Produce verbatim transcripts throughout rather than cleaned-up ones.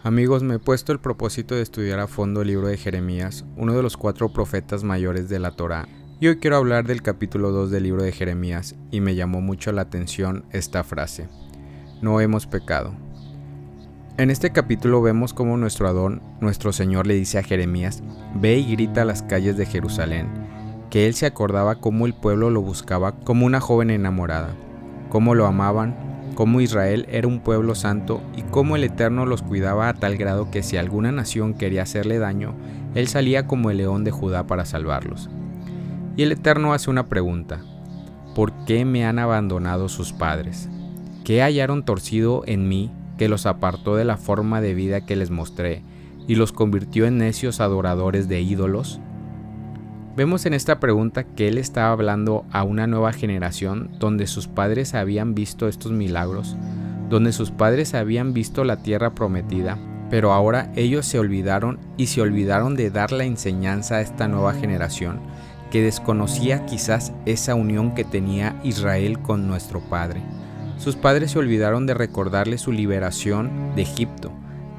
Amigos, me he puesto el propósito de estudiar a fondo el libro de Jeremías, uno de los cuatro profetas mayores de la Torá, y hoy quiero hablar del capítulo dos del libro de Jeremías, y me llamó mucho la atención esta frase: no hemos pecado. En este capítulo vemos cómo nuestro Adón, nuestro Señor, le dice a Jeremías: ve y grita a las calles de Jerusalén, que él se acordaba cómo el pueblo lo buscaba como una joven enamorada, cómo lo amaban, cómo Israel era un pueblo santo y cómo el Eterno los cuidaba a tal grado que si alguna nación quería hacerle daño, él salía como el león de Judá para salvarlos. Y el Eterno hace una pregunta: ¿por qué me han abandonado sus padres? ¿Qué hallaron torcido en mí que los apartó de la forma de vida que les mostré y los convirtió en necios adoradores de ídolos? Vemos en esta pregunta que él estaba hablando a una nueva generación donde sus padres habían visto estos milagros, donde sus padres habían visto la tierra prometida, pero ahora ellos se olvidaron y se olvidaron de dar la enseñanza a esta nueva generación que desconocía quizás esa unión que tenía Israel con nuestro Padre. Sus padres se olvidaron de recordarle su liberación de Egipto.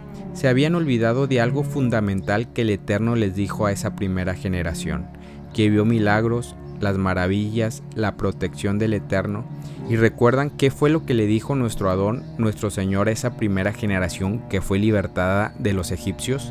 Se habían olvidado de algo fundamental que el Eterno les dijo a esa primera generación, que vio milagros, las maravillas, la protección del Eterno. Y recuerdan qué fue lo que le dijo nuestro Adón, nuestro Señor, a esa primera generación que fue libertada de los egipcios.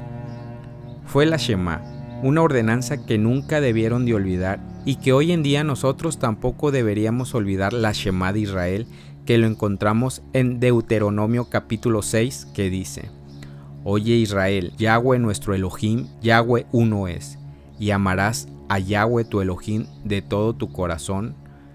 Fue la Shema, una ordenanza que nunca debieron de olvidar y que hoy en día nosotros tampoco deberíamos olvidar, la Shema de Israel, que lo encontramos en Deuteronomio capítulo seis, que dice: Oye Israel, Yahweh nuestro Elohim, Yahweh uno es, y amarás a Yahweh tu Elohim de todo tu corazón,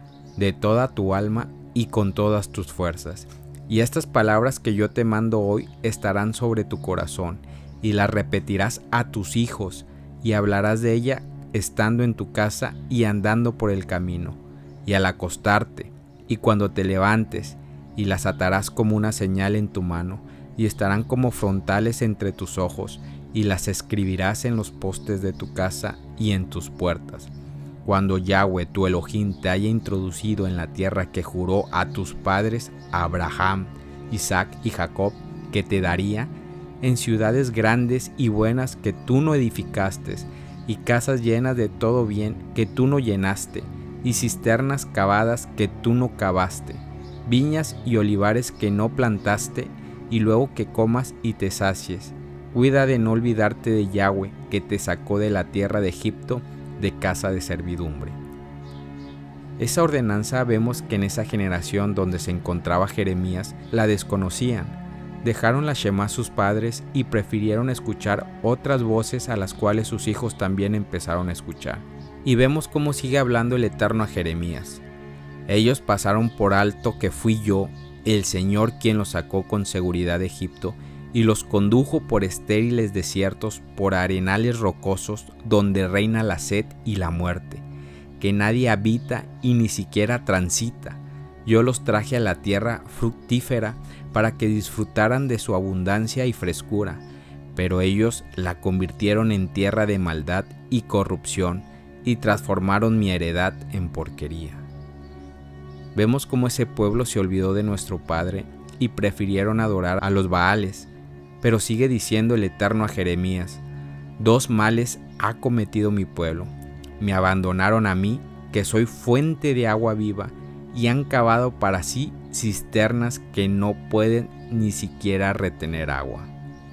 de toda tu alma y con todas tus fuerzas. Y estas palabras que yo te mando hoy estarán sobre tu corazón, y las repetirás a tus hijos, y hablarás de ella estando en tu casa y andando por el camino, y al acostarte, y cuando te levantes, y las atarás como una señal en tu mano, y estarán como frontales entre tus ojos, y las escribirás en los postes de tu casa y en tus puertas. Cuando Yahweh tu Elohim te haya introducido en la tierra que juró a tus padres, a Abraham, Isaac y Jacob, que te daría, en ciudades grandes y buenas que tú no edificaste, y casas llenas de todo bien que tú no llenaste, y cisternas cavadas que tú no cavaste, viñas y olivares que no plantaste, y luego que comas y te sacies. Cuida de no olvidarte de Yahweh, que te sacó de la tierra de Egipto, de casa de servidumbre. Esa ordenanza vemos que en esa generación donde se encontraba Jeremías la desconocían. Dejaron la Shema a sus padres y prefirieron escuchar otras voces a las cuales sus hijos también empezaron a escuchar. Y vemos cómo sigue hablando el Eterno a Jeremías. Ellos pasaron por alto que fui yo, el Señor, quien los sacó con seguridad de Egipto, y los condujo por estériles desiertos, por arenales rocosos, donde reina la sed y la muerte, que nadie habita y ni siquiera transita. Yo los traje a la tierra fructífera para que disfrutaran de su abundancia y frescura, pero ellos la convirtieron en tierra de maldad y corrupción, y transformaron mi heredad en porquería. Vemos cómo ese pueblo se olvidó de nuestro Padre y prefirieron adorar a los Baales. Pero sigue diciendo el Eterno a Jeremías: dos males ha cometido mi pueblo. Me abandonaron a mí, que soy fuente de agua viva, y han cavado para sí cisternas que no pueden ni siquiera retener agua.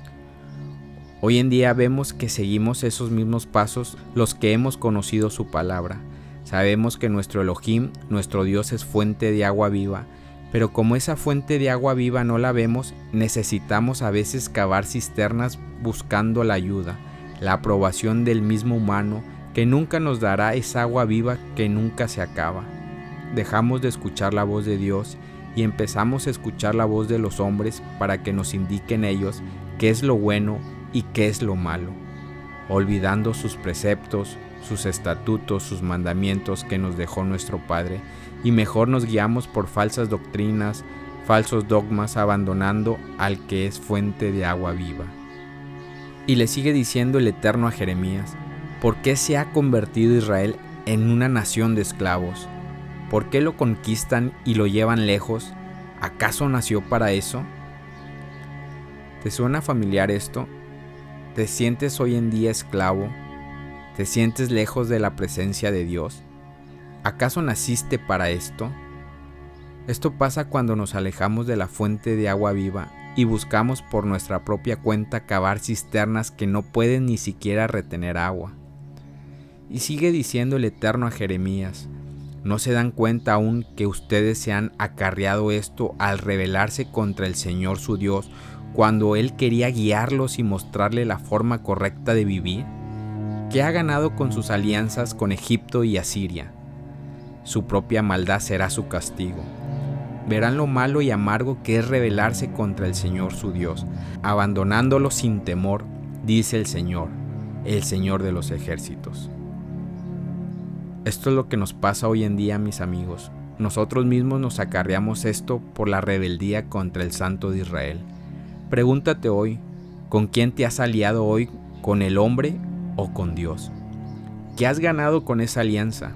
Hoy en día vemos que seguimos esos mismos pasos los que hemos conocido su palabra. Sabemos que nuestro Elohim, nuestro Dios, es fuente de agua viva, pero como esa fuente de agua viva no la vemos, necesitamos a veces cavar cisternas buscando la ayuda, la aprobación del mismo humano, que nunca nos dará esa agua viva que nunca se acaba. Dejamos de escuchar la voz de Dios y empezamos a escuchar la voz de los hombres para que nos indiquen ellos qué es lo bueno y qué es lo malo, olvidando sus preceptos, sus estatutos, sus mandamientos que nos dejó nuestro Padre, y mejor nos guiamos por falsas doctrinas, falsos dogmas, abandonando al que es fuente de agua viva. Y le sigue diciendo el Eterno a Jeremías: ¿por qué se ha convertido Israel en una nación de esclavos? ¿Por qué lo conquistan y lo llevan lejos? ¿Acaso nació para eso? ¿Te suena familiar esto? ¿Te sientes hoy en día esclavo? ¿Te sientes lejos de la presencia de Dios? ¿Acaso naciste para esto? Esto pasa cuando nos alejamos de la fuente de agua viva y buscamos por nuestra propia cuenta cavar cisternas que no pueden ni siquiera retener agua. Y sigue diciendo el Eterno a Jeremías: ¿no se dan cuenta aún que ustedes se han acarreado esto al rebelarse contra el Señor su Dios, cuando Él quería guiarlos y mostrarle la forma correcta de vivir? ¿Qué ha ganado con sus alianzas con Egipto y Asiria? Su propia maldad será su castigo. Verán lo malo y amargo que es rebelarse contra el Señor su Dios, abandonándolo sin temor, dice el Señor, el Señor de los ejércitos. Esto es lo que nos pasa hoy en día, mis amigos. Nosotros mismos nos acarreamos esto por la rebeldía contra el Santo de Israel. Pregúntate hoy, ¿con quién te has aliado hoy? ¿Con el hombre o con Dios? ¿Qué has ganado con esa alianza?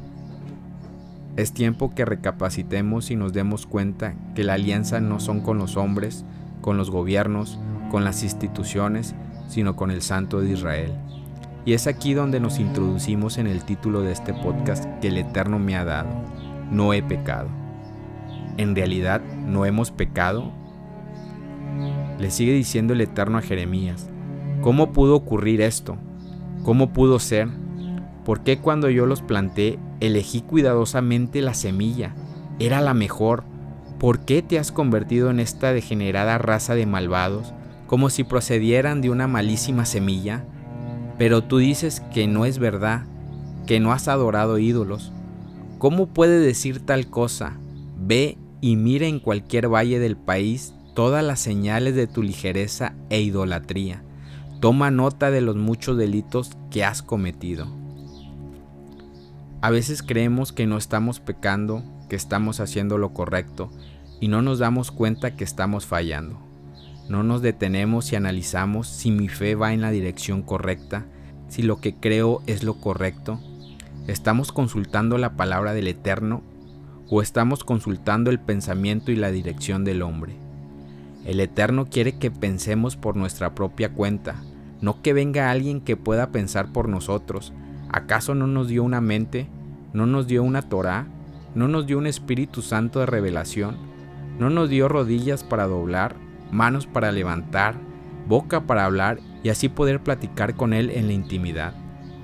Es tiempo que recapacitemos y nos demos cuenta que la alianza no son con los hombres, con los gobiernos, con las instituciones, sino con el Santo de Israel. Y es aquí donde nos introducimos en el título de este podcast que el Eterno me ha dado: no he pecado. ¿En realidad no hemos pecado? Le sigue diciendo el Eterno a Jeremías: ¿cómo pudo ocurrir esto? ¿Cómo pudo ser? ¿Por qué cuando yo los planté elegí cuidadosamente la semilla? Era la mejor. ¿Por qué te has convertido en esta degenerada raza de malvados, como si procedieran de una malísima semilla? Pero tú dices que no es verdad, que no has adorado ídolos. ¿Cómo puede decir tal cosa? Ve y mira en cualquier valle del país todas las señales de tu ligereza e idolatría. Toma nota de los muchos delitos que has cometido. A veces creemos que no estamos pecando, que estamos haciendo lo correcto, y no nos damos cuenta que estamos fallando. No nos detenemos y analizamos si mi fe va en la dirección correcta, si lo que creo es lo correcto. ¿Estamos consultando la palabra del Eterno o estamos consultando el pensamiento y la dirección del hombre? El Eterno quiere que pensemos por nuestra propia cuenta, no que venga alguien que pueda pensar por nosotros. ¿Acaso no nos dio una mente? ¿No nos dio una Torá? ¿No nos dio un Espíritu Santo de revelación? ¿No nos dio rodillas para doblar, manos para levantar, boca para hablar y así poder platicar con Él en la intimidad?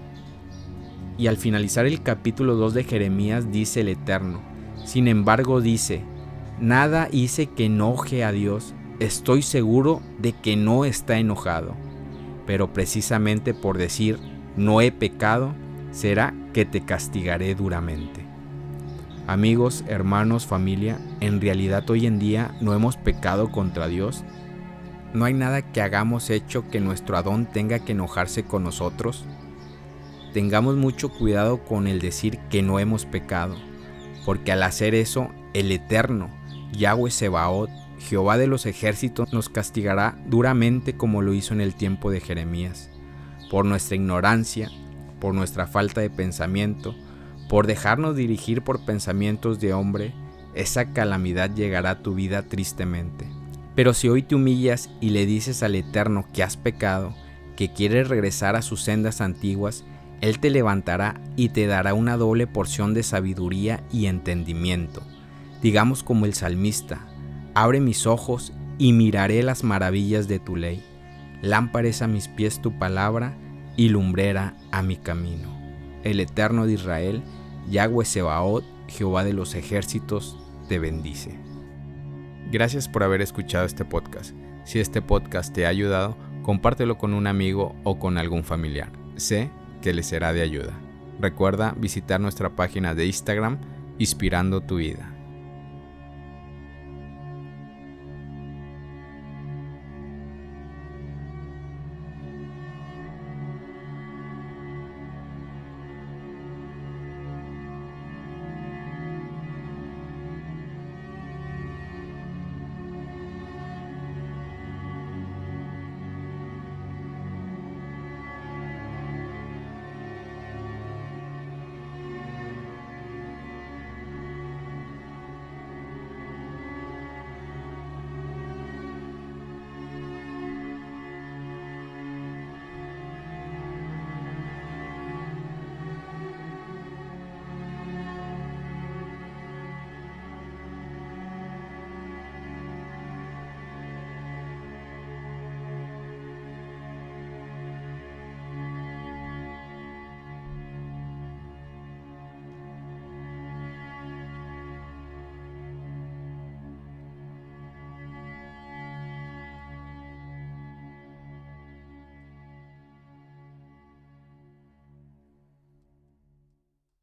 Y al finalizar el capítulo dos de Jeremías dice el Eterno: sin embargo dice, nada hice que enoje a Dios, estoy seguro de que no está enojado, pero precisamente por decir no he pecado, será que te castigaré duramente. Amigos, hermanos, familia, ¿en realidad hoy en día no hemos pecado contra Dios? ¿No hay nada que hagamos hecho que nuestro Adón tenga que enojarse con nosotros? Tengamos mucho cuidado con el decir que no hemos pecado, porque al hacer eso, el Eterno, Yahweh Sebaot, Jehová de los ejércitos, nos castigará duramente como lo hizo en el tiempo de Jeremías, por nuestra ignorancia, por nuestra falta de pensamiento, por dejarnos dirigir por pensamientos de hombre. Esa calamidad llegará a tu vida tristemente. Pero si hoy te humillas y le dices al Eterno que has pecado, que quieres regresar a sus sendas antiguas, Él te levantará y te dará una doble porción de sabiduría y entendimiento. Digamos como el salmista: abre mis ojos y miraré las maravillas de tu ley. Lámpara es a mis pies tu palabra y lumbrera a mi camino. El Eterno de Israel, Yahweh Sebaot, Jehová de los ejércitos, te bendice. Gracias por haber escuchado este podcast. Si este podcast te ha ayudado, compártelo con un amigo o con algún familiar. Sé que le será de ayuda. Recuerda visitar nuestra página de Instagram, Inspirando tu Vida.